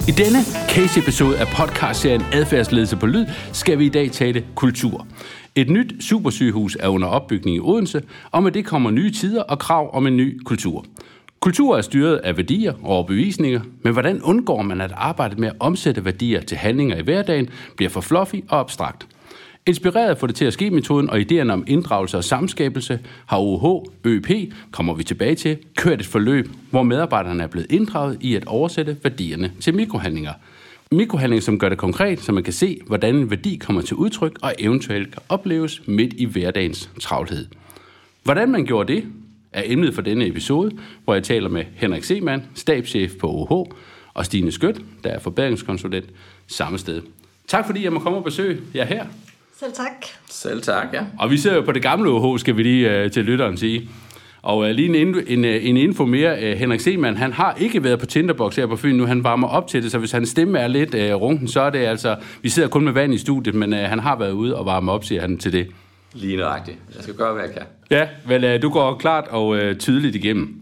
I denne case-episode af podcastserien Adfærdsledelse på Lyd skal vi i dag tale kultur. Et nyt supersygehus er under opbygning i Odense, og med det kommer nye tider og krav om en ny kultur. Kultur er styret af værdier og overbevisninger, men hvordan undgår man, at arbejdet med at omsætte værdier til handlinger i hverdagen bliver for fluffy og abstrakt? Inspireret af Få det til at ske-metoden og idéerne om inddragelse og samskabelse, har OUH, ØP, kommer vi tilbage til, kørt et forløb, hvor medarbejderne er blevet inddraget i at oversætte værdierne til mikrohandlinger. Mikrohandlinger, som gør det konkret, så man kan se, hvordan en værdi kommer til udtryk og eventuelt kan opleves midt i hverdagens travlhed. Hvordan man gjorde det, er emnet for denne episode, hvor jeg taler med Henrik Seemann, stabschef på OUH, og Stine Skødt, der er forbedringskonsulent samme sted. Tak fordi jeg må komme og besøge jer her. Selv tak. Selv tak, ja. Og vi sidder jo på det gamle OUH, skal vi lige til lytteren sige. Og lige en info mere. Henrik Seemann, han har ikke været på Tinderbox her på Fyn nu. Han varmer op til det, så hvis hans stemme er lidt runken, så er det altså... Vi sidder kun med vand i studiet, men han har været ude og varme op, siger han til det. Lige nøjagtigt. Jeg skal gøre, hvad jeg kan. Ja, vel, du går klart og tydeligt igennem.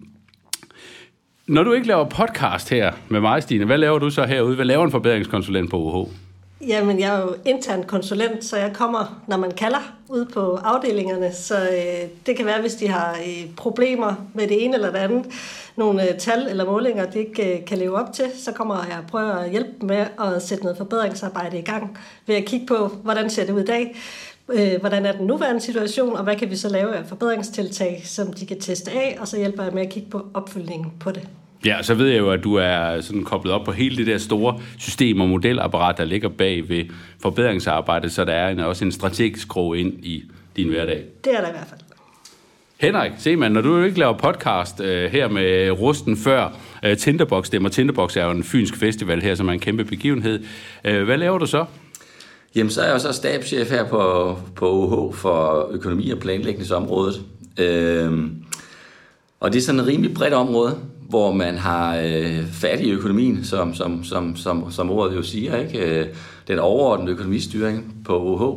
Når du ikke laver podcast her med mig, Stine, hvad laver du så herude? Hvad laver en forbedringskonsulent på OUH? Jamen, jeg er jo intern konsulent, så jeg kommer, når man kalder, ud på afdelingerne. Så det kan være, hvis de har problemer med det ene eller det andet, nogle tal eller målinger, de ikke kan leve op til, så kommer jeg og prøver at hjælpe dem med at sætte noget forbedringsarbejde i gang ved at kigge på, hvordan ser det ud i dag, hvordan er den nuværende situation, og hvad kan vi så lave af forbedringstiltag, som de kan teste af, og så hjælper jeg med at kigge på opfølgningen på det. Ja, så ved jeg jo, at du er sådan koblet op på hele det der store system- og modelapparat, der ligger bag ved forbedringsarbejdet, så der er også en strategisk krog ind i din hverdag. Det er der i hvert fald. Henrik Seemann, når du ikke laver podcast her med Rusten før Tinderbox stemmer, Tinderbox er jo en fynsk festival her, som er en kæmpe begivenhed. Hvad laver du så? Jamen, så er jeg jo så stabschef her på OUH for økonomi- og planlægningsområdet. Og det er sådan et rimelig bredt område, hvor man har fat i økonomien, som ordet jo siger, ikke? Den overordnede økonomistyring på OUH.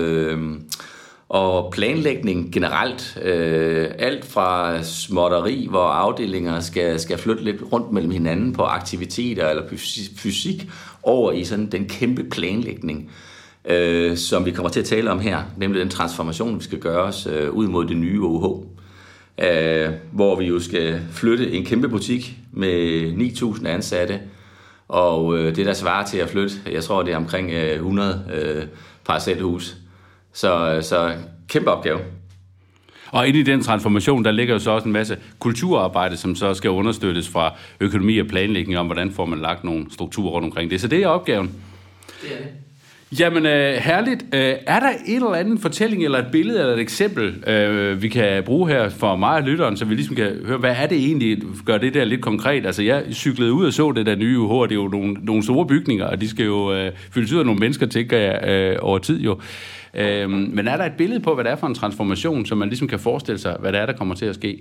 Og planlægning generelt. Alt fra småtteri, hvor afdelinger skal flytte lidt rundt mellem hinanden på aktiviteter eller fysik, over i sådan den kæmpe planlægning, som vi kommer til at tale om her, nemlig den transformation, vi skal gøre os ud mod det nye OUH. Hvor vi jo skal flytte en kæmpe butik med 9.000 ansatte, og det der svarer til at flytte, jeg tror det er omkring 100 parcelhus. Så kæmpe opgave. Og inde i den transformation, der ligger jo så også en masse kulturarbejde, som så skal understøttes fra økonomi og planlægning om, hvordan får man lagt nogle strukturer rundt omkring det. Så det er opgaven. Det er det. Jamen, herligt. Er der en eller anden fortælling, eller et billede, eller et eksempel, vi kan bruge her for mig og lytteren, så vi ligesom kan høre, hvad er det egentlig, gør det der lidt konkret? Altså, jeg cyklede ud og så det der nye OUH, og det er jo nogle store bygninger, og de skal jo fyldes ud af nogle mennesker, tænker jeg, over tid jo. Men er der et billede på, hvad det er for en transformation, så man ligesom kan forestille sig, hvad det er, der kommer til at ske?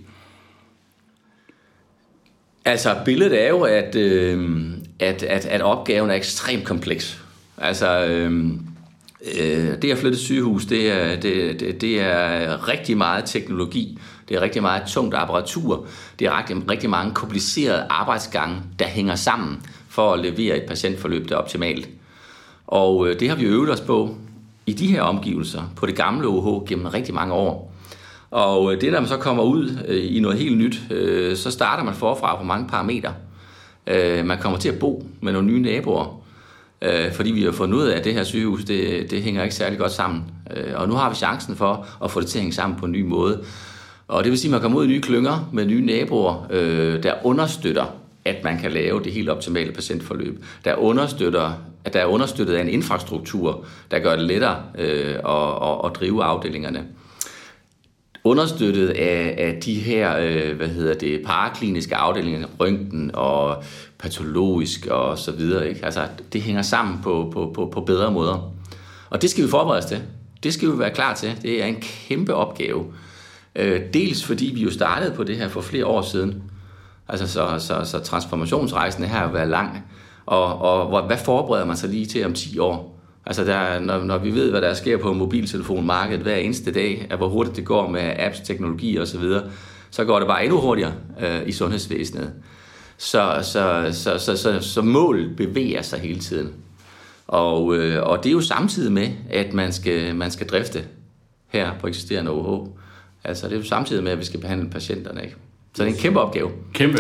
Altså, billedet er jo, at opgaven er ekstremt kompleks. Altså, det at flytte sygehus, det er rigtig meget teknologi, det er rigtig meget tungt apparatur, det er rigtig mange komplicerede arbejdsgange, der hænger sammen for at levere et patientforløb, der er optimalt. Og det har vi øvet os på i de her omgivelser, på det gamle OUH gennem rigtig mange år. Og det, når man så kommer ud i noget helt nyt, så starter man forfra på mange parametre. Man kommer til at bo med nogle nye naboer, fordi vi har fundet ud af, at det her sygehus, det hænger ikke særlig godt sammen. Og nu har vi chancen for at få det til at hænge sammen på en ny måde. Og det vil sige, at man kommer ud i nye klynger med nye naboer, der understøtter, at man kan lave det helt optimale patientforløb. Der er understøttet af en infrastruktur, der gør det lettere at drive afdelingerne. Understøttet af de her, parakliniske afdelinger, røntgen og patologisk og så videre, ikke? Altså, det hænger sammen på bedre måder. Og det skal vi forberede os til. Det skal vi være klar til. Det er en kæmpe opgave. Dels fordi vi jo startede på det her for flere år siden. Altså, så transformationsrejsen her har været lang. Og hvad forbereder man sig lige til om 10 år? Altså, når vi ved, hvad der sker på mobiltelefonmarkedet hver eneste dag, hvor hurtigt det går med apps, teknologi og så videre, så går det bare endnu hurtigere i sundhedsvæsenet. Så målet bevæger sig hele tiden. Og det er jo samtidig med, at man skal drifte her på eksisterende OH. Altså det er jo samtidig med, at vi skal behandle patienterne, ikke? Så det er en kæmpe opgave. Kæmpe.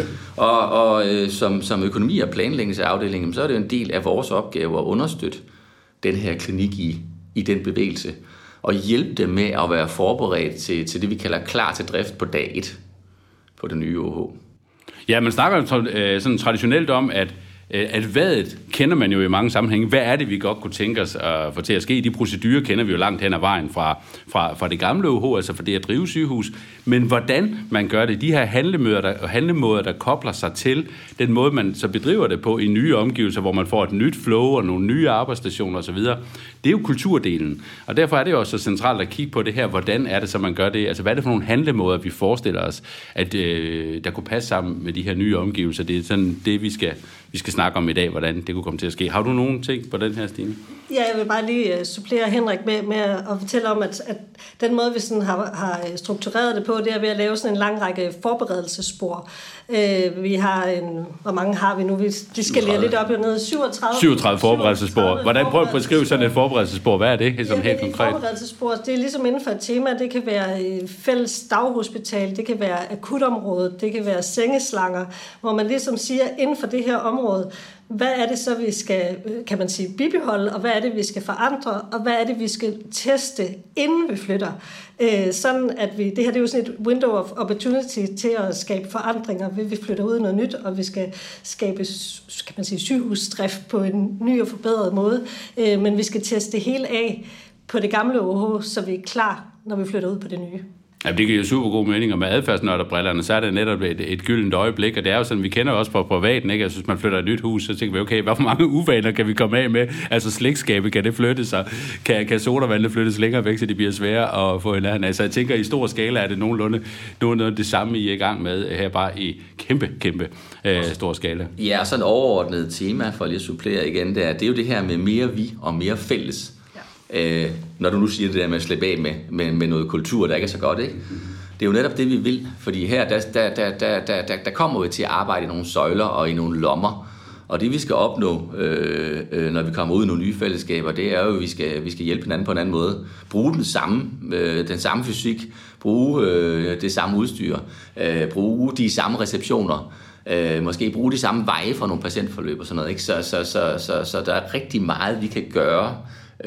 Og som økonomi- og planlægningsafdelingen, så er det jo en del af vores opgave at understøtte den her klinik i den bevægelse. Og hjælpe dem med at være forberedt til det, vi kalder klar til drift på dag 1 på det nye OH. Ja, man snakker sådan traditionelt om, at vadet kender man jo i mange sammenhænge. Hvad er det, vi godt kunne tænke os at få til at ske? De procedurer kender vi jo langt hen ad vejen fra det gamle OH, altså fra det at drive sygehus. Men hvordan man gør det, de her handlemåder, der kobler sig til den måde, man så bedriver det på i nye omgivelser, hvor man får et nyt flow og nogle nye arbejdsstationer osv., det er jo kulturdelen. Og derfor er det jo også så centralt at kigge på det her, hvordan er det, så man gør det? Altså, hvad er det for nogle handlemåder, vi forestiller os, at der kunne passe sammen med de her nye omgivelser? Det er sådan det, vi skal snakke om i dag, hvordan det kunne komme til at ske. Har du nogen ting på den her, Stine? Ja, jeg vil bare lige supplere Henrik med at fortælle om, at den måde, vi sådan har struktureret det på, det er ved at lave sådan en lang række forberedelsesspor. Vi har hvor mange har vi nu? De skal lige lidt op og ned. 37 forberedelsesspor. Hvordan prøver du at beskrive sådan et forberedelsesspor? Hvad er det sådan helt konkret? Forberedelsesspor, det er ligesom inden for et tema. Det kan være fælles daghospital, det kan være akutområdet, det kan være sengeslanger, hvor man ligesom siger, inden for det her område, hvad er det så, vi skal, kan man sige, bibeholde, og hvad er det, vi skal forandre, og hvad er det, vi skal teste, inden vi flytter. Sådan at det her det er jo sådan et window of opportunity til at skabe forandringer, ved vi flytter ud i noget nyt, og vi skal skabe, kan man sige, sygehusdrift på en ny og forbedret måde. Men vi skal teste det hele af på det gamle OH, så vi er klar, når vi flytter ud på det nye. Ja, det giver jo super god mening, og med adfærdsnørderbrillerne, så er det netop et gyldent øjeblik, og det er jo sådan, vi kender også fra privaten, ikke? Altså, hvis man flytter et nyt hus, så tænker vi, okay, hvor mange uvaner kan vi komme af med? Altså, slægtskabet, kan det flyttes, og kan sodavandene flyttes længere væk, så det bliver sværere at få hinanden? Altså, jeg tænker, i stor skala er det nogenlunde det samme, I er i gang med her, bare i kæmpe stor skala. Ja, og sådan et overordnet tema, for lige at supplere igen, det er jo det her med mere vi og mere fælles. Når du nu siger det der med at slippe af med noget kultur, der ikke er så godt, ikke? Det er jo netop det, vi vil, fordi her, der kommer vi til at arbejde i nogle søjler og i nogle lommer, og det vi skal opnå, når vi kommer ud i nogle nye fællesskaber, det er jo, at vi skal hjælpe hinanden på en anden måde. Bruge den samme fysik, bruge det samme udstyr, bruge de samme receptioner, måske bruge de samme veje for nogle patientforløb og sådan noget, ikke? Så der er rigtig meget, vi kan gøre,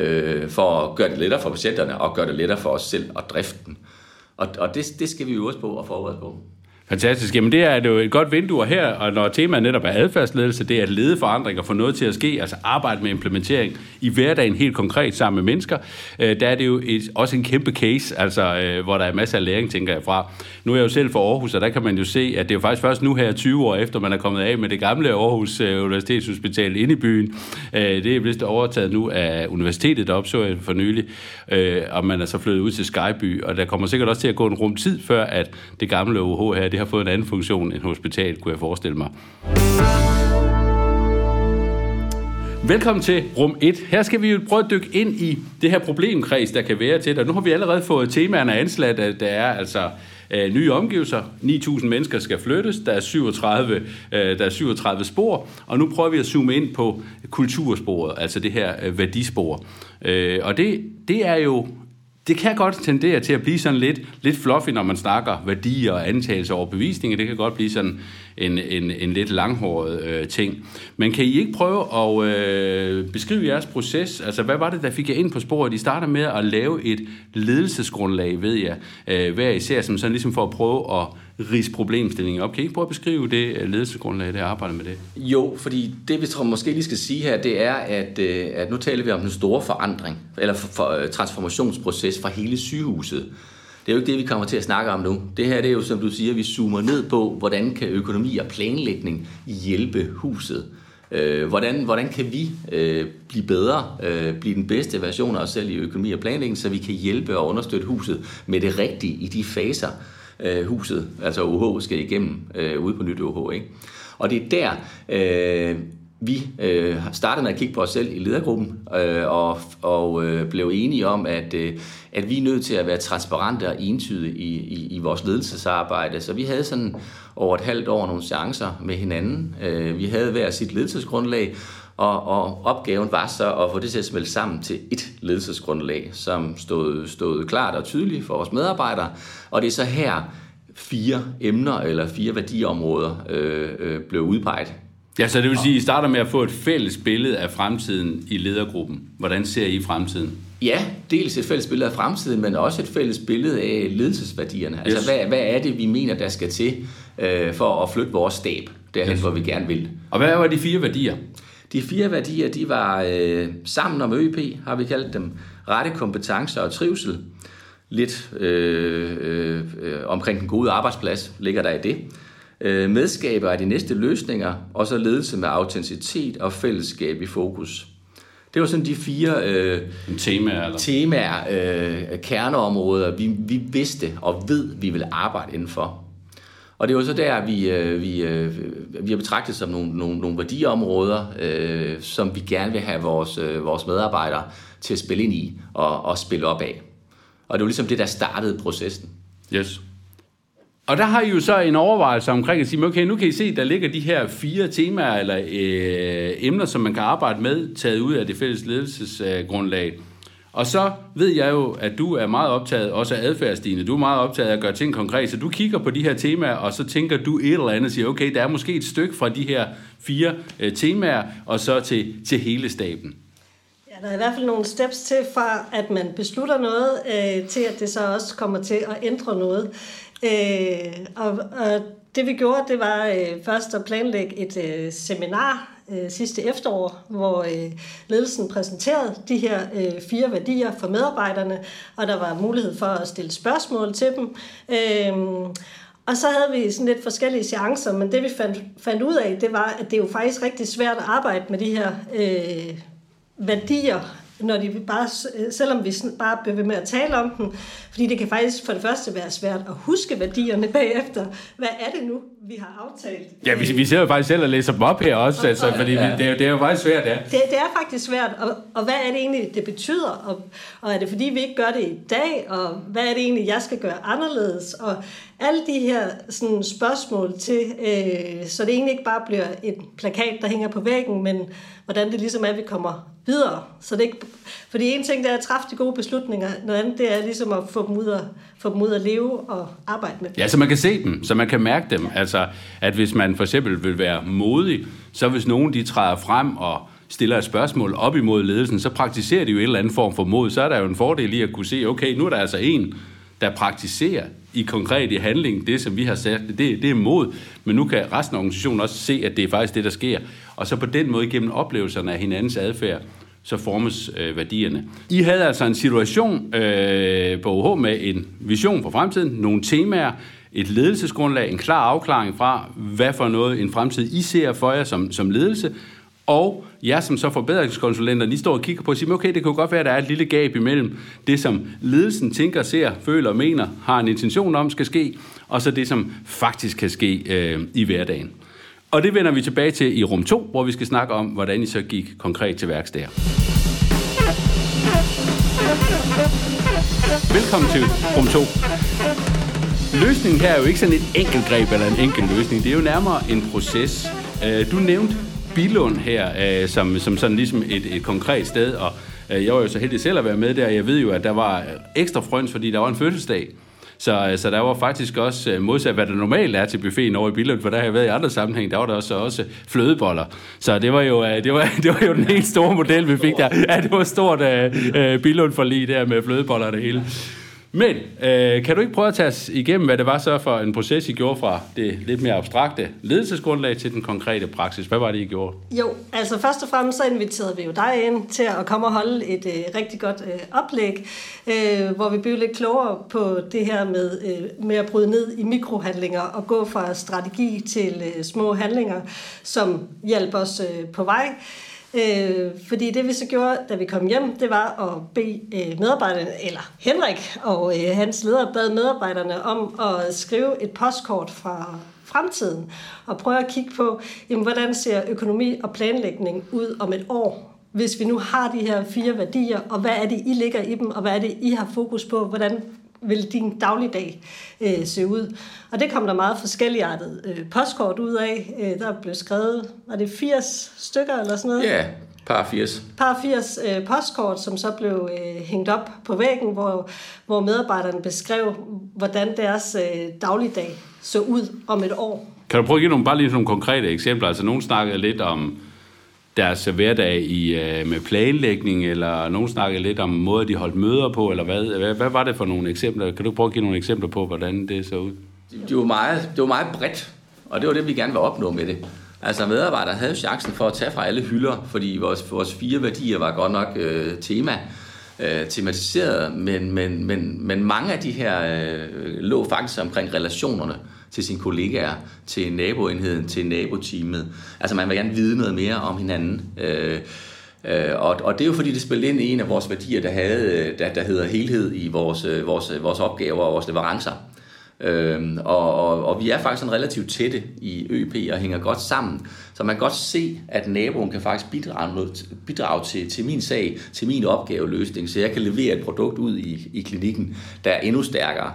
for at gøre det lettere for patienterne og gøre det lettere for os selv og driften. Og det skal vi øve os på og forberede på. Fantastisk. Jamen det er jo et godt vindue her, og når temaet netop er adfærdsledelse, det er at lede forandringer, få noget til at ske, altså arbejde med implementering i hverdagen helt konkret sammen med mennesker, der er det jo også en kæmpe case, altså hvor der er masser af læring, tænker jeg fra. Nu er jeg jo selv fra Aarhus, og der kan man jo se, at det er jo faktisk først nu her 20 år efter, man er kommet af med det gamle Aarhus Universitetshospital inde i byen. Det er vist overtaget nu af universitetet deroppe, så jeg for nylig, og man er så flyttet ud til Skyby, og der kommer sikkert også til at gå en rum tid, før at det gamle OH her, det har fået en anden funktion end hospital, kunne jeg forestille mig. Velkommen til Rum 1. Her skal vi jo prøve at dykke ind i det her problemkreds, der kan være til det. Nu har vi allerede fået temaerne ansat, at der er altså nye omgivelser. 9.000 mennesker skal flyttes. Der er 37 spor. Og nu prøver vi at zoome ind på kultursporet, altså det her værdispor. Og det er jo... Det kan godt tendere til at blive sådan lidt fluffy, når man snakker værdier og antagelser og overbevisninger. Det kan godt blive sådan en lidt langhåret ting. Men kan I ikke prøve at beskrive jeres proces? Altså, hvad var det, der fik jer ind på sporet? I starter med at lave et ledelsesgrundlag, ved jeg, hver især, som sådan ligesom for at prøve at ridse problemstillingen op. Kan I ikke prøve at beskrive det ledelsesgrundlag, det arbejder med det? Jo, fordi det vi tror måske lige skal sige her, det er, at nu taler vi om den store forandring, eller transformationsproces fra hele sygehuset. Det er jo ikke det, vi kommer til at snakke om nu. Det her det er jo, som du siger, vi zoomer ned på, hvordan kan økonomi og planlægning hjælpe huset. Hvordan kan vi blive bedre, blive den bedste version af os selv i økonomi og planlægning, så vi kan hjælpe og understøtte huset med det rigtige i de faser, huset, altså OH, skal igennem ude på nyt OH, ikke? Og det er der, Vi startede med at kigge på os selv i ledergruppen og blev enige om, at vi er nødt til at være transparente og entydige i vores ledelsesarbejde. Så vi havde sådan over et halvt år nogle chancer med hinanden. Vi havde hver sit ledelsesgrundlag, og opgaven var så at få det til at smelte sammen til et ledelsesgrundlag, som stod klart og tydeligt for vores medarbejdere. Og det er så her 4 emner eller 4 værdiområder blev udpeget. Ja, så det vil sige, at I starter med at få et fælles billede af fremtiden i ledergruppen. Hvordan ser I fremtiden? Ja, dels et fælles billede af fremtiden, men også et fælles billede af ledelsesværdierne. Yes. Altså, hvad er det, vi mener, der skal til for at flytte vores stab derhen, hvor vi gerne vil. Og hvad var de 4 værdier? De 4 værdier, de var sammen om ØP, har vi kaldt dem. Rette kompetencer og trivsel. Lidt omkring den gode arbejdsplads ligger der i det. Medskaber af de næste løsninger, og så ledelse med autenticitet og fællesskab i fokus. Det var sådan de 4 temaer, kerneområder, vi vidste og ved, vi ville arbejde indenfor. Og det var så der, vi har betragtet som nogle værdiområder, som vi gerne vil have vores medarbejdere til at spille ind i og spille op af. Og det var ligesom det, der startede processen. Yes. Og der har I jo så en overvejelse omkring at sige, okay, nu kan I se, der ligger de her 4 temaer eller emner, som man kan arbejde med, taget ud af det fælles ledelsesgrundlag. Og så ved jeg jo, at du er meget optaget også af adfærd, Stine. Du er meget optaget af at gøre ting konkret, så du kigger på de her temaer, og så tænker du et eller andet og siger, okay, der er måske et stykke fra de her 4 temaer, og så til hele staben. Ja, der er i hvert fald nogle steps til fra, at man beslutter noget, til at det så også kommer til at ændre noget. Og det vi gjorde, det var først at planlægge et seminar sidste efterår, hvor ledelsen præsenterede de her 4 værdier for medarbejderne, og der var mulighed for at stille spørgsmål til dem. Og så havde vi sådan lidt forskellige seancer, men det vi fandt ud af, det var, at det er jo faktisk rigtig svært at arbejde med de her værdier, når de bare, selvom vi bare bliver ved med at tale om dem, fordi det kan faktisk for det første være svært at huske værdierne bagefter. Hvad er det nu, vi har aftalt? Ja, vi ser jo faktisk selv at læse dem op her også, altså, fordi det er jo faktisk svært, ja. Det er faktisk svært, og hvad er det egentlig, det betyder? Og er det fordi, vi ikke gør det i dag? Og hvad er det egentlig, jeg skal gøre anderledes? Og alle de her sådan, spørgsmål til, så det egentlig ikke bare bliver et plakat, der hænger på væggen, men hvordan det ligesom er, at vi kommer videre. Så det ikke, fordi en ting, der er at træffe de gode beslutninger, noget andet, det er ligesom at få dem ud at leve og arbejde med dem. Ja, så man kan se dem, så man kan mærke dem. Altså, at hvis man for eksempel vil være modig, så hvis nogen de træder frem og stiller et spørgsmål op imod ledelsen, så praktiserer de jo en eller anden form for mod. Så er der jo en fordel i at kunne se, okay, nu er der altså en, der praktiserer i konkret i handling det, som vi har sat, det er mod, men nu kan resten af organisationen også se, at det er faktisk det, der sker. Og så på den måde, gennem oplevelserne af hinandens adfærd, så formes værdierne. I havde altså en situation på OH med en vision for fremtiden, nogle temaer, et ledelsesgrundlag, en klar afklaring fra, hvad for noget en fremtid I ser for jer som ledelse, og jer som så forbedringskonsulenter, de står og kigger på og siger, okay, det kan jo godt være, at der er et lille gab imellem det, som ledelsen tænker, ser, føler, mener, har en intention om skal ske, og så det, som faktisk kan ske i hverdagen. Og det vender vi tilbage til i rum 2, hvor vi skal snakke om, hvordan I så gik konkret til værks der. Velkommen til rum 2. Løsningen her er jo ikke sådan et enkelt greb eller en enkelt løsning. Det er jo nærmere en proces. Du nævnte Billund her som sådan ligesom et konkret sted, og jeg var jo så heldig selv at være med der. Jeg ved jo, at der var ekstra frøns, fordi der var en fødselsdag. Så der var faktisk også modsat, hvad der normalt er til buffeten over i Billund, for der har jeg været i andre sammenhæng, der var der også flødeboller. Så det var jo den helt store model, vi fik der. Ja, det var stort Billund-forlig der med flødeboller og det hele. Men kan du ikke prøve at tage os igennem, hvad det var så for en proces, I gjorde fra det lidt mere abstrakte ledelsesgrundlag til den konkrete praksis? Hvad var det, I gjorde? Jo, altså først og fremmest så inviterede vi jo dig ind til at komme og holde et rigtig godt oplæg, hvor vi blev lidt klogere på det her med at bryde ned i mikrohandlinger og gå fra strategi til små handlinger, som hjælper os på vej. Fordi det vi så gjorde, da vi kom hjem, det var at bede medarbejderne, eller Henrik og hans leder bad medarbejderne om at skrive et postkort fremtiden, og prøve at kigge på, jamen, hvordan ser økonomi og planlægning ud om et år, hvis vi nu har de her 4 værdier, og hvad er det, I ligger i dem, og hvad er det, I har fokus på, hvordan vil din dagligdag se ud. Og det kom der meget forskelligartet postkort ud af. Der blev skrevet, var det 80 stykker eller sådan noget? Ja, par 80. Par 80 postkort, som så blev hængt op på væggen, hvor medarbejderne beskrev, hvordan deres dagligdag så ud om et år. Kan du prøve at give bare lige nogle konkrete eksempler? Altså nogen snakkede lidt om deres hverdag med planlægning, eller nogen snakkede lidt om måder, de holdt møder på, eller hvad var det for nogle eksempler? Kan du prøve at give nogle eksempler på, hvordan det så ud? Det var meget bredt, og det var det, vi gerne vil opnå med det. Altså medarbejdere havde chancen for at tage fra alle hylder, fordi vores 4 værdier var godt nok tematiseret, men mange af de her lå faktisk omkring relationerne til sine kollegaer, til naboenheden, til naboteamet. Altså man vil gerne vide noget mere om hinanden. Og det er jo fordi, det spiller ind i en af vores værdier, der hedder helhed i vores opgaver og vores leverancer. Og vi er faktisk sådan relativt tætte i ØP og hænger godt sammen. Så man kan godt se, at naboen kan faktisk bidrage til min sag, til min opgaveløsning, så jeg kan levere et produkt ud i klinikken, der er endnu stærkere.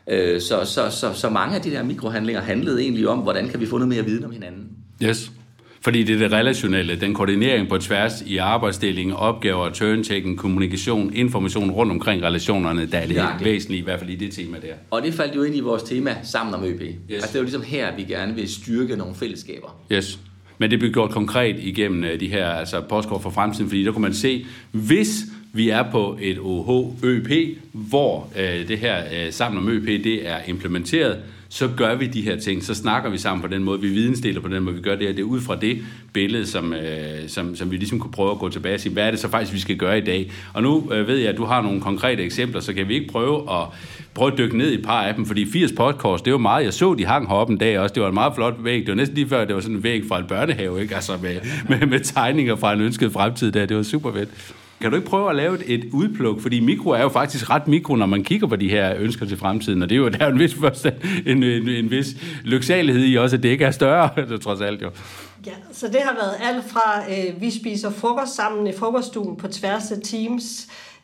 Så mange af de der mikrohandlinger handlede egentlig om, hvordan kan vi få noget mere viden om hinanden. Yes. Fordi det er det relationelle, den koordinering på tværs i arbejdsdeling, opgaver, turn-taking, kommunikation, information rundt omkring relationerne, der er det helt væsentlige, i hvert fald i det tema der. Og det faldt jo ind i vores tema sammen om ØP. Yes. Altså det er jo ligesom her, vi gerne vil styrke nogle fællesskaber. Yes. Men det blev gjort konkret igennem de her postkort for fremtiden, fordi der kunne man se, hvis vi er på et OH-ØP, hvor det her sammen om ØP, det er implementeret, så gør vi de her ting, så snakker vi sammen på den måde, vi vidensdeler på den måde, vi gør det, og det er ud fra det billede, som vi ligesom kunne prøve at gå tilbage og sige, hvad er det så faktisk, vi skal gøre i dag? Og nu ved jeg, at du har nogle konkrete eksempler, så kan vi ikke prøve at dykke ned i et par af dem, fordi 80 podcasts, det var meget, jeg så, de hang heroppe en dag også, det var en meget flot væg, det var næsten lige før, det var sådan en væg fra en børnehave, ikke? Altså med tegninger fra en ønsket fremtid der, det var super fedt. Kan du ikke prøve at lave et udpluk? Fordi mikro er jo faktisk ret mikro, når man kigger på de her ønsker til fremtiden, og det er jo der er en vis forstand, en vis lyksalighed i også, at det ikke er større, det trods alt jo. Ja, så det har været alt fra, vi spiser frokost sammen i frokoststuen på tværs af Teams,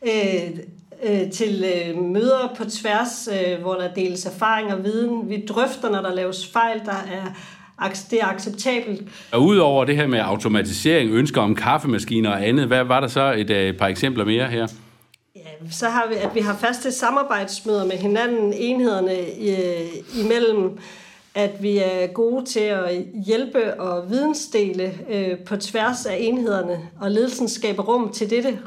til møder på tværs, hvor der deles erfaring og viden. Vi drøfter, når der laves fejl, det er acceptabelt. Og udover det her med automatisering, ønsker om kaffemaskiner og andet, hvad var der så et par eksempler mere her? Ja, så har vi, at vi har faste samarbejdsmøder med hinanden, enhederne imellem, at vi er gode til at hjælpe og vidensdele på tværs af enhederne, og ledelsen skaber rum til dette.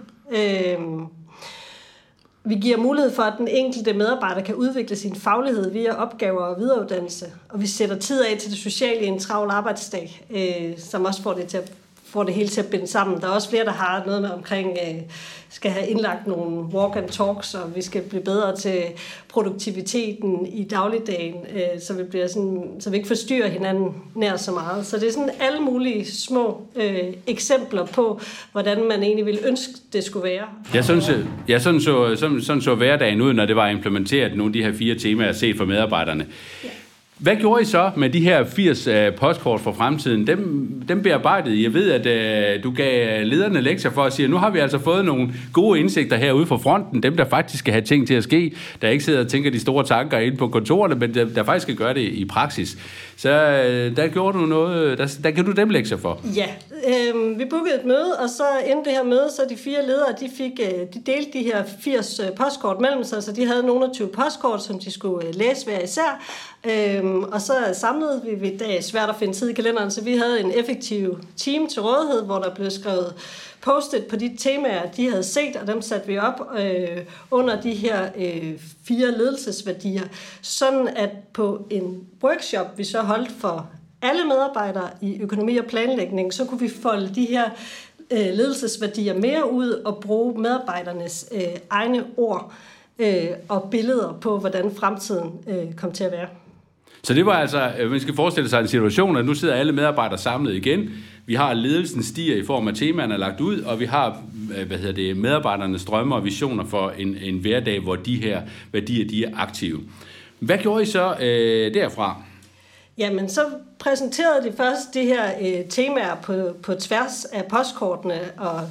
Vi giver mulighed for, at den enkelte medarbejder kan udvikle sin faglighed via opgaver og videreuddannelse, og vi sætter tid af til det sociale i en travl arbejdsdag, som også får det hele til at binde sammen. Der er også flere, der har noget med omkring, skal have indlagt nogle walk and talks, og vi skal blive bedre til produktiviteten i dagligdagen, så vi ikke forstyrrer hinanden nær så meget. Så det er sådan alle mulige små eksempler på, hvordan man egentlig ville ønske, det skulle være. Sådan så hverdagen ud, når det var implementeret nogle af de her 4 temaer set for medarbejderne. Ja. Hvad gjorde I så med de her 80 postkort for fremtiden? Dem bearbejdede I. Jeg ved, at du gav lederne lektier for at sige, at nu har vi altså fået nogle gode indsigter herude fra fronten. Dem, der faktisk skal have ting til at ske. Der ikke sidder og tænker de store tanker inde på kontorerne, men der faktisk skal gøre det i praksis. Så der gjorde du noget, der kan du dem lektier for. Ja, vi bookede et møde, og så inden det her møde, så de 4 ledere, de delte de her 80 postkort mellem sig, så de havde nogle af 20 postkort, som de skulle læse hver især. Og så samlede vi, det er svært at finde tid i kalenderen, så vi havde en effektiv team til rådighed, hvor der blev skrevet post-it på de temaer, de havde set, og dem satte vi op under de her 4 ledelsesværdier, sådan at på en workshop, vi så holdt for alle medarbejdere i økonomi og planlægning, så kunne vi folde de her ledelsesværdier mere ud og bruge medarbejdernes egne ord og billeder på, hvordan fremtiden kom til at være. Så det var altså, man skal forestille sig en situation, at nu sidder alle medarbejdere samlet igen. Vi har ledelsen stiger i form af temaerne lagt ud, og vi har medarbejdernes drømme og visioner for en hverdag, hvor de her værdier de er aktive. Hvad gjorde I så derfra? Jamen, så præsenterede de først de her temaer på tværs af postkortene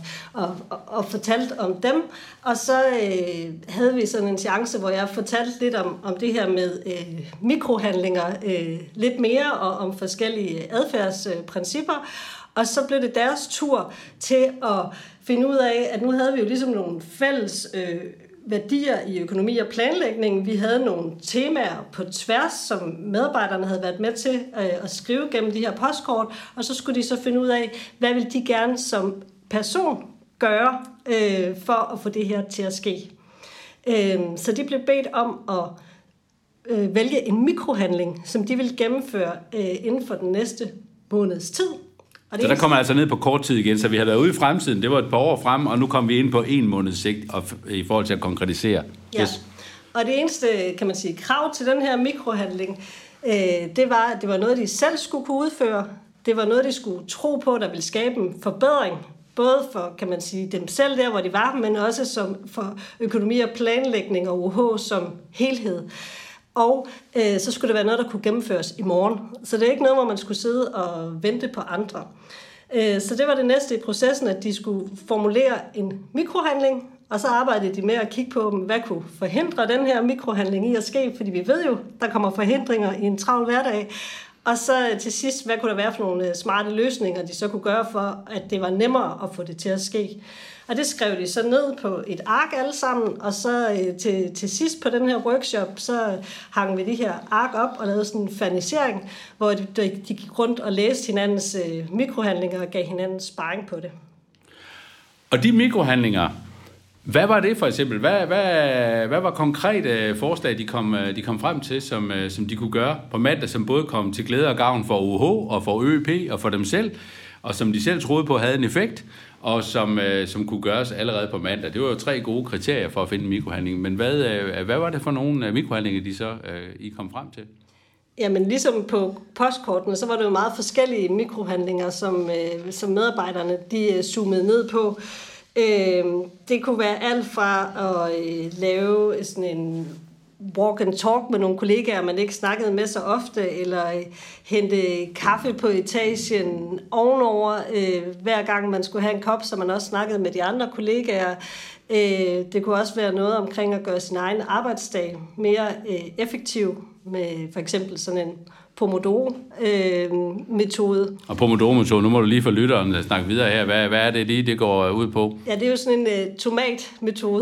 og fortalte om dem. Og så havde vi sådan en chance, hvor jeg fortalte lidt om det her med mikrohandlinger lidt mere og om forskellige adfærdsprincipper. Og så blev det deres tur til at finde ud af, at nu havde vi jo ligesom nogle fælles værdier i økonomi og planlægning. Vi havde nogle temaer på tværs, som medarbejderne havde været med til at skrive gennem de her postkort, og så skulle de så finde ud af, hvad vil de gerne som person gøre for at få det her til at ske. Så de blev bedt om at vælge en mikrohandling, som de ville gennemføre inden for den næste måneds tid. Så der kommer altså ned på kort tid igen, så vi har været ude i fremtiden, det var et par år frem, og nu kommer vi ind på 1 måneds sigt i forhold til at konkretisere. Ja, yes. Og det eneste, kan man sige, krav til den her mikrohandling, det var, at det var noget, de selv skulle kunne udføre. Det var noget, de skulle tro på, der ville skabe en forbedring, både for, kan man sige, dem selv der, hvor de var, men også som for økonomi og planlægning og UH som helhed. Og så skulle det være noget, der kunne gennemføres i morgen. Så det er ikke noget, hvor man skulle sidde og vente på andre. Så det var det næste i processen, at de skulle formulere en mikrohandling, og så arbejdede de med at kigge på, hvad kunne forhindre den her mikrohandling i at ske, fordi vi ved jo, der kommer forhindringer i en travl hverdag. Og så til sidst, hvad kunne der være for nogle smarte løsninger, de så kunne gøre for, at det var nemmere at få det til at ske. Og det skrev de så ned på et ark alle sammen, og så til sidst på den her workshop, så hang vi de her ark op og lavede sådan en fernisering, hvor de gik rundt og læste hinandens mikrohandlinger og gav hinanden sparring på det. Og de mikrohandlinger, hvad var det for eksempel? Hvad var konkrete forslag, de kom frem til, som de kunne gøre på mandag, som både kom til glæde og gavn for UH og for ØP og for dem selv, og som de selv troede på havde en effekt, og som kunne gøres allerede på mandag. Det var jo 3 gode kriterier for at finde en mikrohandling, men hvad var det for nogle mikrohandlinger, de så I kom frem til? Jamen ligesom på postkortene, så var det jo meget forskellige mikrohandlinger, som medarbejderne de zoomede ned på. Det kunne være alt fra at lave sådan en walk and talk med nogle kollegaer, man ikke snakkede med så ofte, eller hente kaffe på etagen ovenover, hver gang man skulle have en kop, så man også snakkede med de andre kollegaer. Det kunne også være noget omkring at gøre sin egen arbejdsdag mere effektiv, med for eksempel sådan en Pomodoro-metode. Og Pomodoro-metode, nu må du lige for lytteren snakke videre her. Hvad er det lige, det går ud på? Ja, det er jo sådan en tomat-metode,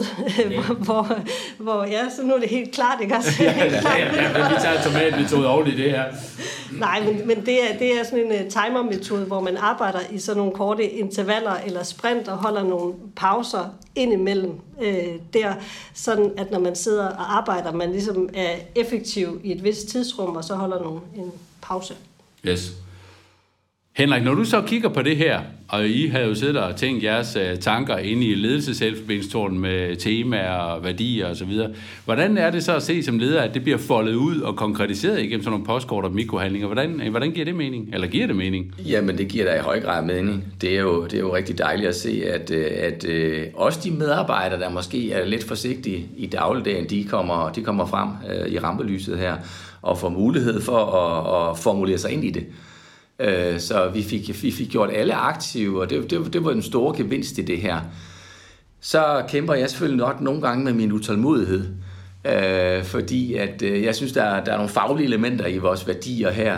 hvor ja, så nu er det helt klart, ikke også? ja, vi tager tomat-metode over i det her. Nej, men det er sådan en timer-metode, hvor man arbejder i sådan nogle korte intervaller eller sprint og holder nogle pauser indimellem der, sådan at når man sidder og arbejder, man ligesom er effektiv i et vist tidsrum, og så holder en pause. Yes. Henrik, når du så kigger på det her, og I har jo siddet og tænkt jeres tanker inde i ledelsesselforbindelsestårnen med temaer og værdier osv., hvordan er det så at se som leder, at det bliver foldet ud og konkretiseret igennem sådan nogle postkort og mikrohandlinger? Hvordan giver det mening? Eller giver det mening? Jamen, det giver da i høj grad mening. Det er jo rigtig dejligt at se, at også de medarbejdere, der måske er lidt forsigtige i dagligdagen, de kommer frem i rampelyset her og får mulighed for at formulere sig ind i det. Så vi fik gjort alle aktive, og det var en store gevinst i det her. Så kæmper jeg selvfølgelig nok nogle gange med min utålmodighed, fordi at jeg synes, der er nogle faglige elementer i vores værdier her.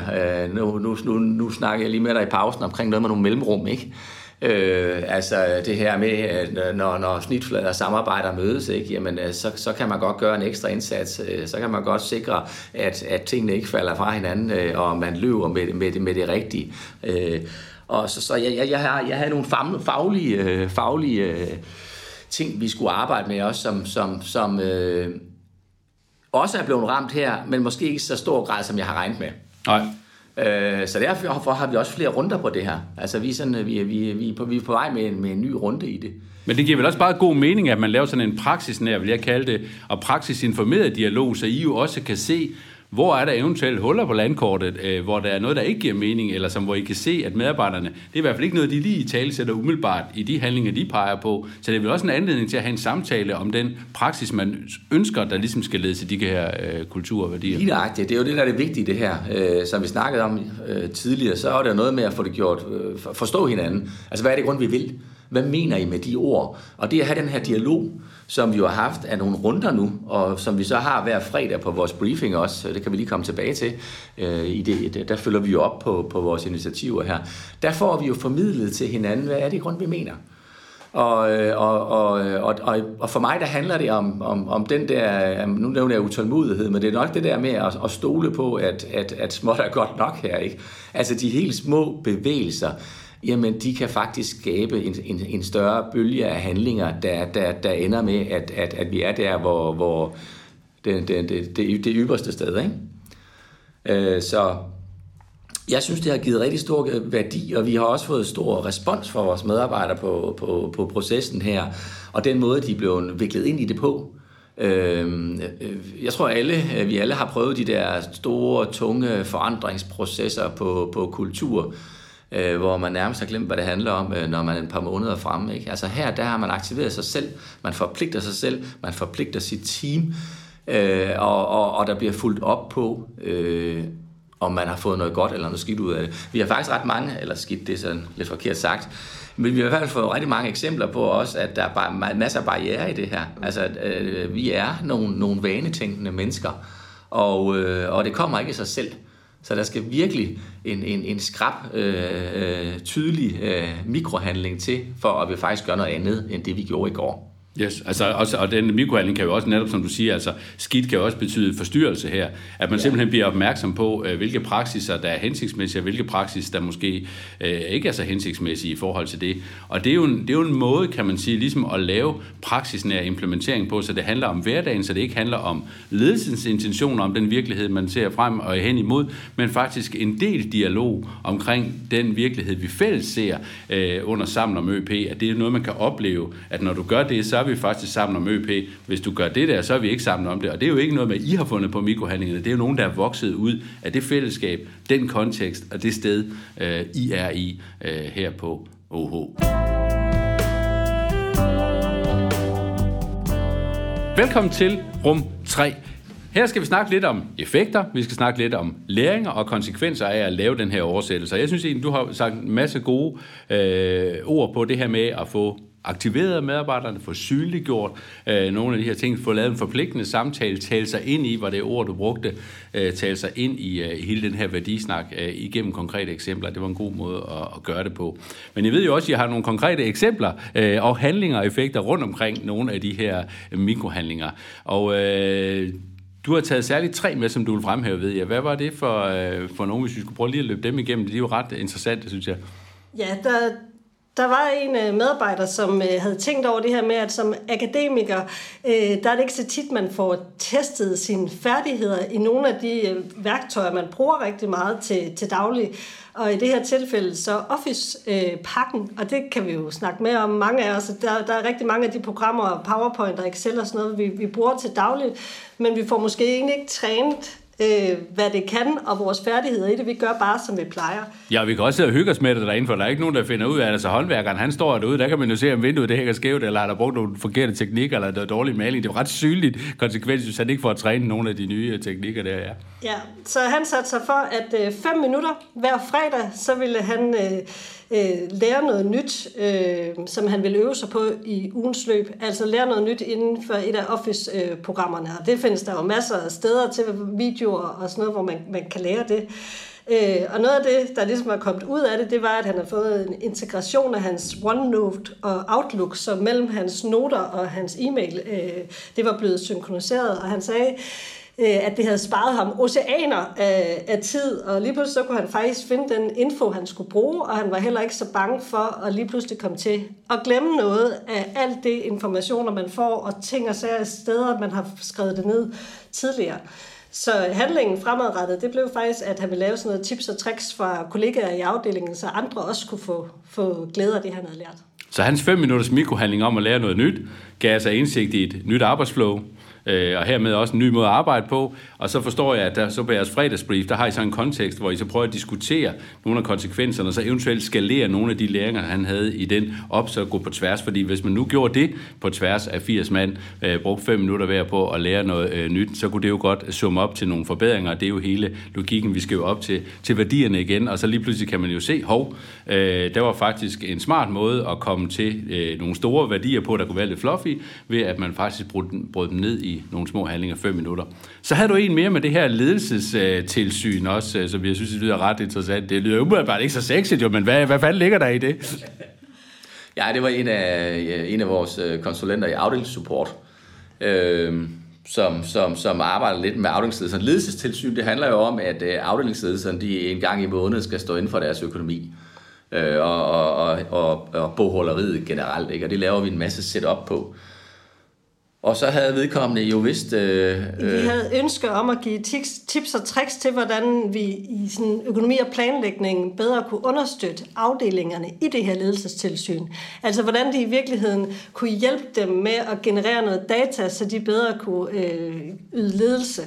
Nu snakker jeg lige med dig i pausen omkring noget med nogle mellemrum, ikke? Altså det her med, når snitflader samarbejder mødes, ikke? Jamen, så kan man godt gøre en ekstra indsats, så kan man godt sikre, at tingene ikke falder fra hinanden, og man løber med det rigtige. Og så jeg havde nogle faglige ting, vi skulle arbejde med også, som også er blevet ramt her, men måske ikke i så stor grad, som jeg har regnet med. Nej. Så derfor har vi også flere runder på det her. Altså vi er på vej med en ny runde i det. Men det giver vel også bare god mening, at man laver sådan en praksisnær, vil jeg kalde det, og praksisinformeret dialog, så I jo også kan se, hvor er der eventuelt huller på landkortet, hvor der er noget, der ikke giver mening, eller hvor I kan se, at medarbejderne, det er i hvert fald ikke noget, de lige i tale sætter umiddelbart i de handlinger, de peger på. Så det er vel også en anledning til at have en samtale om den praksis, man ønsker, der ligesom skal lede til de her kulturværdier. Lige nøjagtigt. Det er jo det, der er det vigtige, det her. Som vi snakkede om tidligere, så er der noget med at få det gjort, forstå hinanden. Altså, hvad er det grund, vi vil? Hvad mener I med de ord? Og det at have den her dialog, som vi jo har haft af nogle runder nu, og som vi så har hver fredag på vores briefing også, det kan vi lige komme tilbage til, der følger vi jo op på vores initiativer her. Der får vi jo formidlet til hinanden, hvad er det grund, vi mener? Og for mig, der handler det om den der, nu nævner jeg utålmodighed, men det er nok det der med at stole på, at småt er godt nok her, ikke? Altså de helt små bevægelser, jamen de kan faktisk skabe en større bølge af handlinger, der ender med, at vi er der, hvor det ypperste sted, ikke? Så jeg synes, det har givet rigtig stor værdi, og vi har også fået stor respons fra vores medarbejdere på processen her, og den måde, de blev viklet ind i det på. Jeg tror, vi alle har prøvet de der store, tunge forandringsprocesser på kultur, hvor man nærmest har glemt, hvad det handler om, når man er et par måneder fremme, ikke? Altså her, der har man aktiveret sig selv, man forpligter sig selv, man forpligter sit team, og der bliver fulgt op på, om man har fået noget godt eller noget skidt ud af det. Vi har faktisk ret mange, eller skidt, det er sådan lidt forkert sagt, men vi har i hvert fald fået rigtig mange eksempler på også, at der er bare masser af barrierer i det her. Altså, vi er nogle vanetænkende mennesker, og det kommer ikke af sig selv. Så der skal virkelig en skrap, tydelig mikrohandling til, for at vi faktisk gør noget andet, end det vi gjorde i går. Yes, altså også, og den mikrohandling kan jo også netop, som du siger, altså skidt kan jo også betyde forstyrrelse her. At man simpelthen bliver opmærksom på, hvilke praksiser, der er hensigtsmæssige, og hvilke praksiser, der måske ikke er så hensigtsmæssige i forhold til det. Og det er jo en måde, kan man sige, ligesom at lave praksisnær implementering på, så det handler om hverdagen, så det ikke handler om ledelsens intentioner, om den virkelighed, man ser frem og hen imod, men faktisk en del dialog omkring den virkelighed, vi fælles ser under Sammen om ØP, at det er noget, man kan opleve, at når du gør det, så er vi faktisk sammen om ØP. Hvis du gør det der, så er vi ikke sammen om det. Og det er jo ikke noget med, at I har fundet på mikrohandlingerne. Det er jo nogen, der er vokset ud af det fællesskab, den kontekst og det sted, I er i her på OH. Velkommen til rum 3. Her skal vi snakke lidt om effekter, vi skal snakke lidt om læringer og konsekvenser af at lave den her oversættelse. Jeg synes egentlig, du har sagt en masse gode ord på det her med at få aktiveret medarbejderne, få synliggjort nogle af de her ting, få lavet en forpligtende samtale, tale sig ind i, hvad det ord, du brugte, tale sig ind i hele den her værdisnak igennem konkrete eksempler. Det var en god måde at gøre det på. Men jeg ved jo også, at jeg har nogle konkrete eksempler og handlinger og effekter rundt omkring nogle af de her mikrohandlinger. Og du har taget særligt 3 med, som du vil fremhæve, ved jeg. Hvad var det for nogen, hvis vi skulle prøve lige at løbe dem igennem? Det er jo ret interessant, synes jeg. Ja, der var en medarbejder, som havde tænkt over det her med, at som akademiker, der er det ikke så tit, man får testet sine færdigheder i nogle af de værktøjer, man bruger rigtig meget til daglig. Og i det her tilfælde så Office-pakken, og det kan vi jo snakke mere om, mange af os. Der er rigtig mange af de programmer, PowerPoint og Excel og sådan noget, vi bruger til dagligt, men vi får måske egentlig ikke trænet, hvad det kan, og vores færdigheder i det. Vi gør bare, som vi plejer. Ja, vi kan også sidde og hygge os med det derinde, for der er ikke nogen, der finder ud af det. Altså håndværkeren, han står derude, der kan man jo se, om vinduet det hænger skævt, eller har der brugt nogle forkerte teknikker, eller der er dårlig maling. Det er jo ret synligt konsekvens, hvis han ikke får trænet nogle af de nye teknikker der, ja. Ja, så han satte sig for, at 5 minutter hver fredag, så ville han lære noget nyt, som han ville øve sig på i ugens løb. Altså lære noget nyt inden for et af Office-programmerne. Og det findes der jo masser af steder til videoer og sådan noget, hvor man kan lære det. Og noget af det, der ligesom er kommet ud af det, det var, at han har fået en integration af hans OneNote og Outlook, så mellem hans noter og hans e-mail, det var blevet synkroniseret, og han sagde, at det havde sparet ham oceaner af tid, og lige pludselig så kunne han faktisk finde den info, han skulle bruge, og han var heller ikke så bange for at lige pludselig komme til at glemme noget af alt det informationer, man får, og ting og sager steder, man har skrevet det ned tidligere. Så handlingen fremadrettet, det blev faktisk, at han ville lave sådan noget tips og tricks fra kollegaer i afdelingen, så andre også kunne få glæde af det, han havde lært. Så hans 5 minutters mikrohandling om at lære noget nyt, gav altså indsigt i et nyt arbejdsflow, og hermed også en ny måde at arbejde på. Og så forstår jeg, at der så på jeres fredagsbrief, der har I så en kontekst, hvor I så prøver at diskutere nogle af konsekvenserne, og så eventuelt skalere nogle af de læringer, han havde i den op, så gå på tværs. Fordi hvis man nu gjorde det på tværs af 80 mand, brugte 5 minutter hver på at lære noget nyt, så kunne det jo godt summe op til nogle forbedringer. Det er jo hele logikken, vi skal jo op til værdierne igen, og så lige pludselig kan man jo se, der var faktisk en smart måde at komme til nogle store værdier på, der kunne være lidt fluffy, ved at man faktisk brød dem ned i nogle små handlinger 5 minutter. Så havde du en mere med det her ledelsestilsyn også, som jeg synes, det lyder ret interessant. Det lyder jo bare ikke så sexigt, jo, men hvad fanden ligger der i det? Ja, det var en af vores konsulenter i afdelingssupport, som arbejder lidt med afdelingsledelserne. Ledelsestilsyn, det handler jo om, at afdelingsledelserne de en gang i måneden skal stå inden for deres økonomi og bogholderiet generelt, ikke? Og det laver vi en masse setup på. Og så havde vedkommende jo vist... Vi havde ønsker om at give tips og tricks til, hvordan vi i sådan økonomi og planlægning bedre kunne understøtte afdelingerne i det her ledelsestilsyn. Altså hvordan de i virkeligheden kunne hjælpe dem med at generere noget data, så de bedre kunne yde ledelse.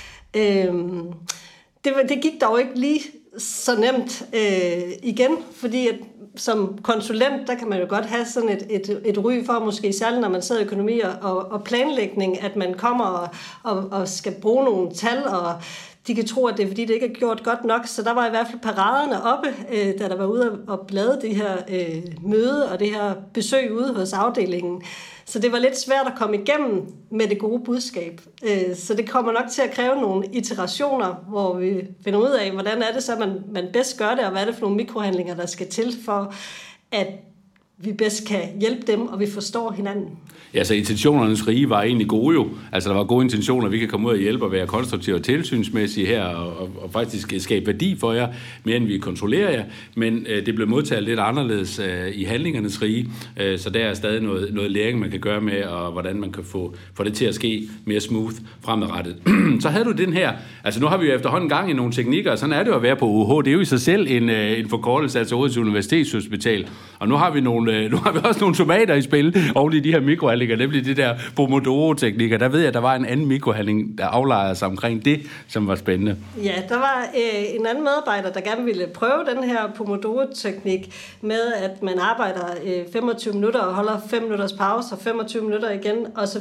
Det gik dog ikke lige så nemt igen, fordi at som konsulent, der kan man jo godt have sådan et ry for, måske særligt når man sidder i økonomi og planlægning, at man kommer og skal bruge nogle tal, og de kan tro, at det er fordi, det ikke er gjort godt nok. Så der var i hvert fald paraderne oppe, da der var ude og blade det her møde og det her besøg ude hos afdelingen. Så det var lidt svært at komme igennem med det gode budskab. Så det kommer nok til at kræve nogle iterationer, hvor vi finder ud af, hvordan er det så, man bedst gør det, og hvad er det for nogle mikrohandlinger, der skal til for, at vi bedst kan hjælpe dem, og vi forstår hinanden. Ja, så intentionernes rige var egentlig gode jo. Altså, der var gode intentioner, vi kan komme ud og hjælpe og være konstruktive og tilsynsmæssige her, og faktisk skabe værdi for jer, mere end vi kontrollerer jer. Men det blev modtaget lidt anderledes i handlingernes rige, så der er stadig noget læring, man kan gøre med, og hvordan man kan få det til at ske mere smooth fremadrettet. Så havde du den her, altså nu har vi jo efterhånden gang i nogle teknikker, og sådan er det jo at være på UH. Det er jo i sig selv en forkortelse, altså Odense Universitetshospital. Og nu har vi også nogle tomater i spil oven i de her mikrohandlinger, nemlig det der Pomodoro-teknikker. Der ved jeg, at der var en anden mikrohandling, der aflejrede sig omkring det, som var spændende. Ja, der var en anden medarbejder, der gerne ville prøve den her Pomodoro-teknik med, at man arbejder 25 minutter og holder 5 minutters pause og 25 minutter igen osv.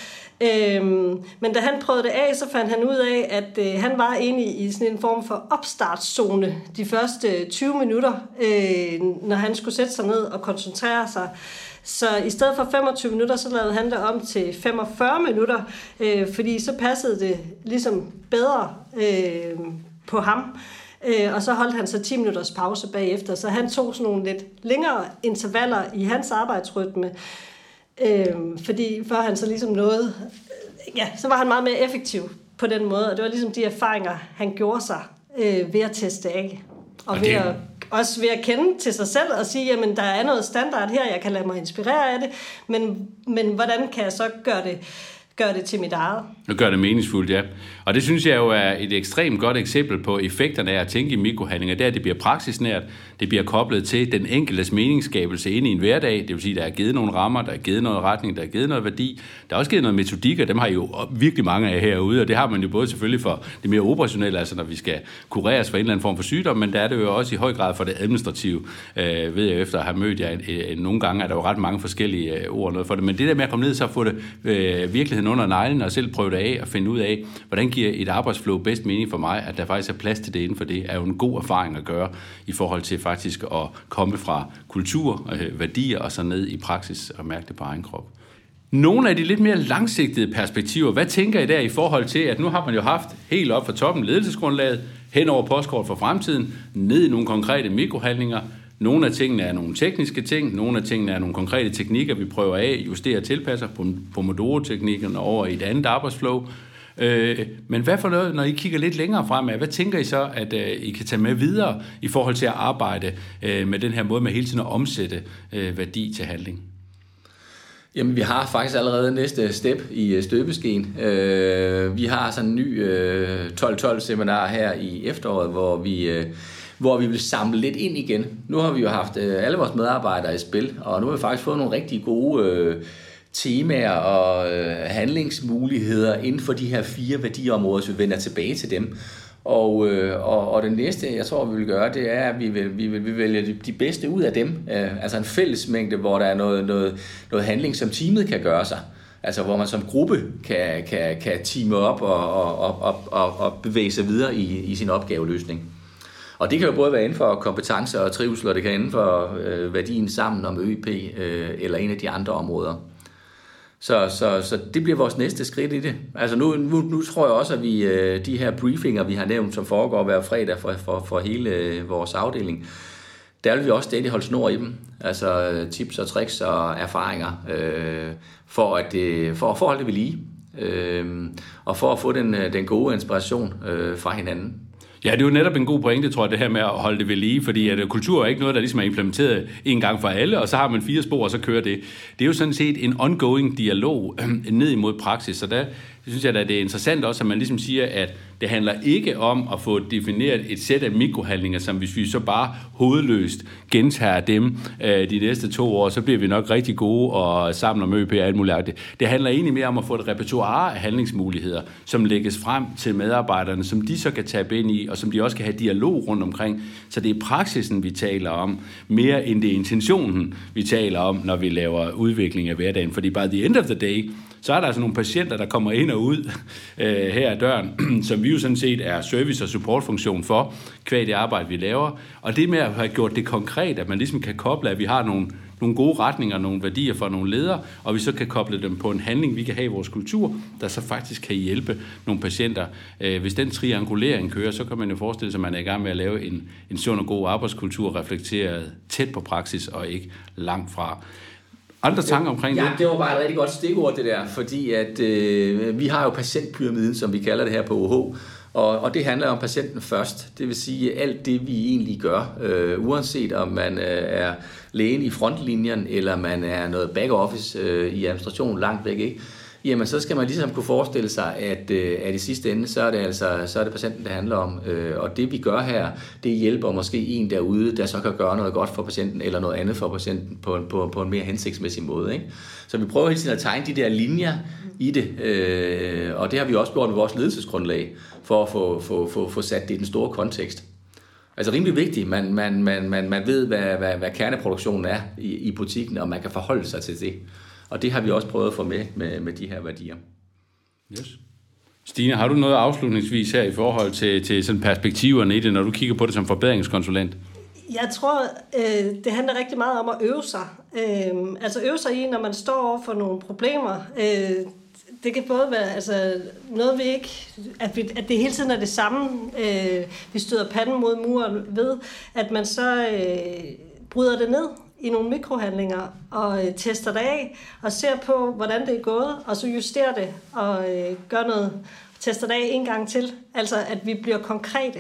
Men da han prøvede det af, så fandt han ud af, at han var egentlig i sådan en form for opstartszone de første 20 minutter, når han skulle sætte sig ned og koncentrere sig. Så i stedet for 25 minutter, så lavede han det om til 45 minutter, fordi så passede det ligesom bedre på ham. Og så holdt han så 10 minutters pause bagefter, så han tog sådan nogle lidt længere intervaller i hans arbejdsrytme, fordi før han så ligesom nåede, så var han meget mere effektiv på den måde, og det var ligesom de erfaringer, han gjorde sig ved at teste af. Og også ved at kende til sig selv og sige, jamen der er noget standard her, jeg kan lade mig inspirere af det, men hvordan kan jeg så gøre det til mit eget? Og gøre det meningsfuldt, ja. Og det synes jeg jo er et ekstremt godt eksempel på effekterne af at tænke i mikrohandlinger. Det er, at det bliver praksisnært, det bliver koblet til den enkeltes meningsskabelse ind i en hverdag. Det vil sige, der er givet nogle rammer, der er givet noget retning, der er givet noget værdi. Der er også givet noget metodik, og dem har I jo virkelig mange af herude, og det har man jo både selvfølgelig for det mere operationelle, altså når vi skal kureres for en eller anden form for sygdom, men der er det jo også i høj grad for det administrative. Ved jeg efter at have mødt jer nogle gange, er der jo ret mange forskellige ord noget for det. Men det der med at komme ned, så få det virkeligheden under neglen og selv prøve det af og finde ud af, hvordan giver et arbejdsflow bedst mening for mig, at der faktisk er plads til det inden for det, er jo en god erfaring at gøre i forhold til faktisk at komme fra kultur, værdier og så ned i praksis og mærke det på egen krop. Nogle af de lidt mere langsigtede perspektiver, hvad tænker I der i forhold til, at nu har man jo haft helt op fra toppen ledelsesgrundlaget, hen over postkort for fremtiden, ned i nogle konkrete mikrohandlinger. Nogle af tingene er nogle tekniske ting, nogle af tingene er nogle konkrete teknikker, vi prøver af, justerer og tilpasser Pomodoro-teknikkerne over i et andet arbejdsflow. Men hvad for noget, når I kigger lidt længere fremad, hvad tænker I så, at I kan tage med videre i forhold til at arbejde med den her måde med hele tiden at omsætte værdi til handling? Jamen, vi har faktisk allerede næste step i støbeskeen. Vi har sådan en ny 12-12-seminar her i efteråret, hvor vi vil samle lidt ind igen. Nu har vi jo haft alle vores medarbejdere i spil, og nu har vi faktisk fået nogle rigtig gode temaer og handlingsmuligheder inden for de her 4 værdiområder, så vi vender tilbage til dem. Og det næste, jeg tror, vi vil gøre, det er, at vi vil vælge de bedste ud af dem. Altså en fællesmængde, hvor der er noget handling, som teamet kan gøre sig. Altså hvor man som gruppe kan teame op og bevæge sig videre i sin opgaveløsning. Og det kan jo både være inden for kompetencer og trivsel, og det kan inden for værdien sammen om ØIP eller en af de andre områder. Så det bliver vores næste skridt i det. Altså nu tror jeg også, at vi de her briefinger, vi har nævnt, som foregår hver fredag for hele vores afdeling, der vil vi også stadig holde snor i dem. Altså tips og tricks og erfaringer for at holde det ved lige. Og for at få den gode inspiration fra hinanden. Ja, det er jo netop en god pointe, tror jeg, det her med at holde det ved lige, fordi at kultur er ikke noget, der ligesom er implementeret en gang for alle, og så har man 4 spor, og så kører det. Det er jo sådan set en ongoing dialog ned imod praksis, så der synes jeg, at det er interessant også, at man ligesom siger, at det handler ikke om at få defineret et sæt af mikrohandlinger, som hvis vi så bare hovedløst gentager dem de næste 2 år, så bliver vi nok rigtig gode og sammen om ØP og alt muligt. Det handler egentlig mere om at få et repertoire af handlingsmuligheder, som lægges frem til medarbejderne, som de så kan tabe ind i, og som de også kan have dialog rundt omkring. Så det er praksisen, vi taler om, mere end det er intentionen, vi taler om, når vi laver udvikling af hverdagen. Fordi by the end of the day, så er der altså nogle patienter, der kommer ind og ud her ad døren, som vi jo sådan set er service- og supportfunktion for, kvad det arbejde, vi laver. Og det med at have gjort det konkret, at man ligesom kan koble, at vi har nogle gode retninger, nogle værdier for nogle ledere, og vi så kan koble dem på en handling, vi kan have i vores kultur, der så faktisk kan hjælpe nogle patienter. Hvis den triangulering kører, så kan man jo forestille sig, at man er i gang med at lave en sund og god arbejdskultur, reflekteret tæt på praksis og ikke langt fra. Andre tanker omkring det? Ja, det var bare et rigtig godt stikord, det der, fordi at vi har jo patientpyramiden, som vi kalder det her på OH, og det handler om patienten først. Det vil sige, alt det, vi egentlig gør, uanset om man er lægen i frontlinjen, eller man er noget back-office i administration langt væk, ikke? Jamen, så skal man ligesom kunne forestille sig, at i sidste ende, så er det patienten, det handler om. Og det, vi gør her, det hjælper måske en derude, der så kan gøre noget godt for patienten, eller noget andet for patienten på en mere hensigtsmæssig måde, ikke? Så vi prøver hele tiden at tegne de der linjer i det, og det har vi også gjort med vores ledelsesgrundlag, for at få sat det i den store kontekst. Altså rimelig vigtigt, man ved, hvad kerneproduktionen er i butikken, og man kan forholde sig til det. Og det har vi også prøvet at få med de her værdier. Yes. Stine, har du noget afslutningsvis her i forhold til sådan perspektiverne i det, når du kigger på det som forbedringskonsulent? Jeg tror, det handler rigtig meget om at øve sig. Altså øve sig i, når man står over for nogle problemer. Det kan både være noget, vi ikke... At det hele tiden er det samme. Vi støder panden mod muren ved, at man så bryder det ned i nogle mikrohandlinger og tester det af og ser på, hvordan det er gået, og så justerer det og gør noget, tester det af en gang til. Altså, at vi bliver konkrete.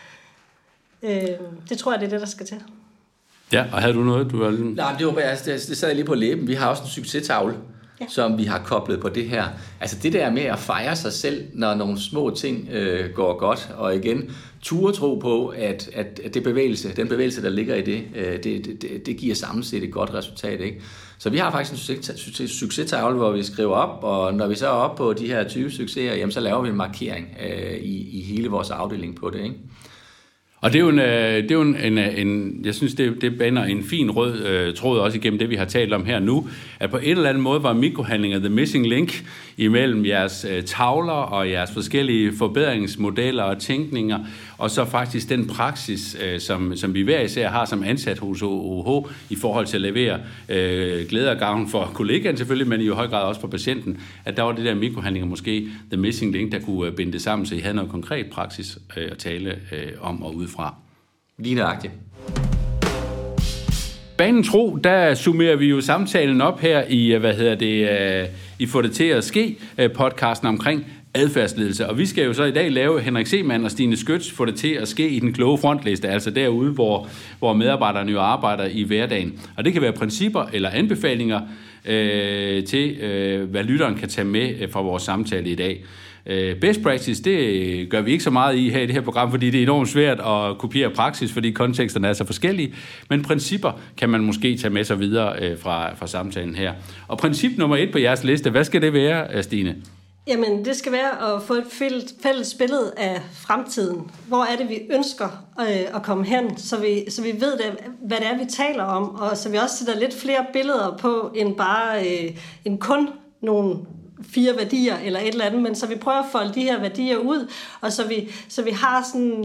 Det tror jeg, det er det, der skal til. Ja, og havde du noget? Nej, det sad jeg lige på læben. Vi har også en succestavle, som vi har koblet på det her. Altså det der med at fejre sig selv, når nogle små ting går godt, og igen turde tro på, at den bevægelse, der ligger i det giver samlet set et godt resultat, ikke? Så vi har faktisk en succestavle, hvor vi skriver op, og når vi så er oppe på de her 20 succeser, jamen, så laver vi en markering i hele vores afdeling på det, ikke? Og det er jo jeg synes, det baner en fin rød tråd også igennem det, vi har talt om her nu, at på en eller anden måde var mikrohandlinger the missing link imellem jeres tavler og jeres forskellige forbedringsmodeller og tænkninger, og så faktisk den praksis, som vi hver især har som ansat hos OH i forhold til at levere glæde og gavn for kollegaen selvfølgelig, men i høj grad også for patienten, at der var det der mikrohandlinger måske the missing link, der kunne binde det sammen, så I havde noget konkret praksis at tale om og udefra. Lige nøjagtigt. Banen tro, der summerer vi jo samtalen op her i, I får det til at ske, podcasten omkring adfærdsledelse. Og vi skal jo så i dag lave Henrik Seemann og Stine Skytz få det til at ske i den kloge frontliste, altså derude, hvor medarbejderne jo arbejder i hverdagen. Og det kan være principper eller anbefalinger til, hvad lytteren kan tage med fra vores samtale i dag. Best practice, det gør vi ikke så meget i her i det her program, fordi det er enormt svært at kopiere praksis, fordi konteksterne er så forskellige. Men principper kan man måske tage med sig videre fra samtalen her. Og princip nummer 1 på jeres liste, hvad skal det være, Stine? Jamen, det skal være at få et fælles billede af fremtiden. Hvor er det, vi ønsker at komme hen, så vi ved, hvad det er, vi taler om, og så vi også sætter lidt flere billeder på, end bare end kun nogle 4 værdier eller et eller andet, men så vi prøver at folde de her værdier ud, og så vi har sådan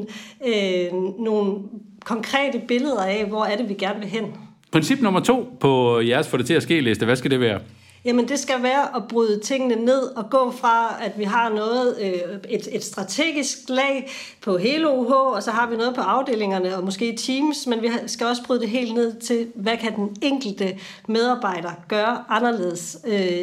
nogle konkrete billeder af, hvor er det, vi gerne vil hen. Princip nummer 2 på jeres få det til at ske liste, hvad skal det være? Jamen, det skal være at bryde tingene ned og gå fra, at vi har noget, et strategisk lag på hele OH, og så har vi noget på afdelingerne og måske teams, men vi skal også bryde det helt ned til, hvad kan den enkelte medarbejder gøre anderledes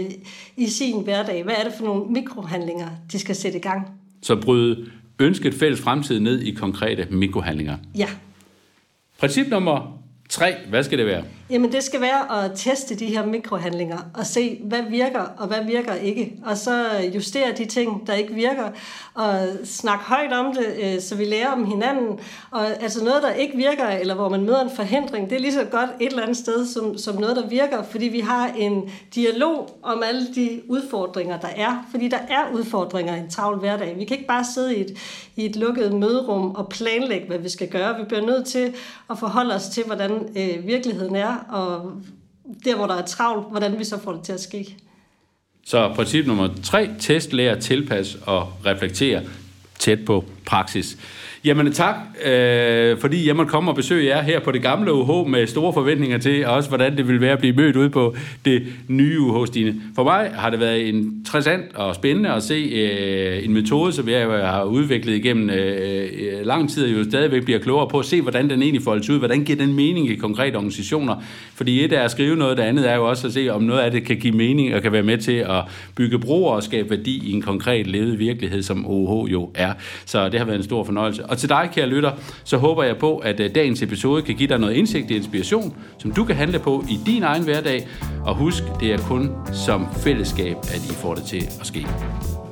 i sin hverdag? Hvad er det for nogle mikrohandlinger, de skal sætte i gang? Så bryde ønsket fælles fremtid ned i konkrete mikrohandlinger. Ja. Princip nummer 3, hvad skal det være? Jamen, det skal være at teste de her mikrohandlinger og se, hvad virker og hvad virker ikke. Og så justere de ting, der ikke virker, og snakke højt om det, så vi lærer om hinanden. Og altså noget, der ikke virker, eller hvor man møder en forhindring, det er lige så godt et eller andet sted som noget, der virker, fordi vi har en dialog om alle de udfordringer, der er. Fordi der er udfordringer i en travl hverdag. Vi kan ikke bare sidde i et lukket møderum og planlægge, hvad vi skal gøre. Vi bliver nødt til at forholde os til, hvordan virkeligheden er, og der, hvor der er travlt, hvordan vi så får det til at ske. Så princip nummer 3, test, lære, tilpas og reflektere tæt på praksis. Jamen tak, fordi jeg måtte komme og besøge jer her på det gamle UH med store forventninger til, også hvordan det vil være at blive mødt ude på det nye UH, Stine. For mig har det været interessant og spændende at se en metode, som jeg har udviklet igennem lang tid, og jo stadigvæk bliver klogere på at se, hvordan den egentlig foldes ud, hvordan giver den mening i konkrete organisationer. Fordi et er at skrive noget, det andet er jo også at se, om noget af det kan give mening og kan være med til at bygge broer og skabe værdi i en konkret levet virkelighed, som OH jo er. Så det har været en stor fornøjelse. Og til dig, kære lytter, så håber jeg på, at dagens episode kan give dig noget indsigt og inspiration, som du kan handle på i din egen hverdag. Og husk, det er kun som fællesskab, at I får det til at ske.